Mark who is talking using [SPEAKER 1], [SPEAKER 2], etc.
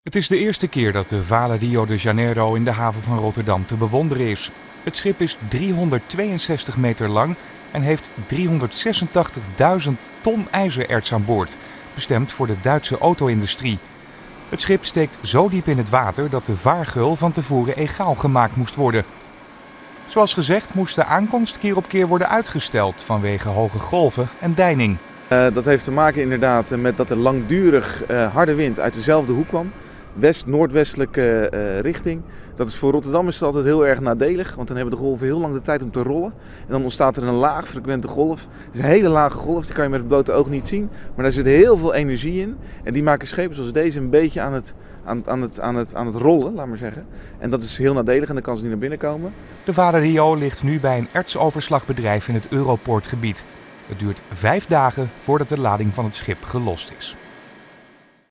[SPEAKER 1] Het is de eerste keer dat de Vale Rio de Janeiro in de haven van Rotterdam te bewonderen is. Het schip is 362 meter lang en heeft 386.000 ton ijzererts aan boord, bestemd voor de Duitse auto-industrie. Het schip steekt zo diep in het water dat de vaargeul van tevoren egaal gemaakt moest worden. Zoals gezegd moest de aankomst keer op keer worden uitgesteld vanwege hoge golven en deining.
[SPEAKER 2] Dat heeft te maken inderdaad met dat er langdurig harde wind uit dezelfde hoek kwam. West-noordwestelijke richting. Dat is voor Rotterdam is het altijd heel erg nadelig, want dan hebben de golven heel lang de tijd om te rollen. En dan ontstaat er een laag frequente golf. Het is een hele lage golf, die kan je met het blote oog niet zien. Maar daar zit heel veel energie in. En die maken schepen zoals deze een beetje aan het rollen, laat maar zeggen. En dat is heel nadelig en dan kan ze niet naar binnen komen.
[SPEAKER 1] De Vale Rio ligt nu bij een ertsoverslagbedrijf in het Europoortgebied. Het duurt 5 dagen voordat de lading van het schip gelost is.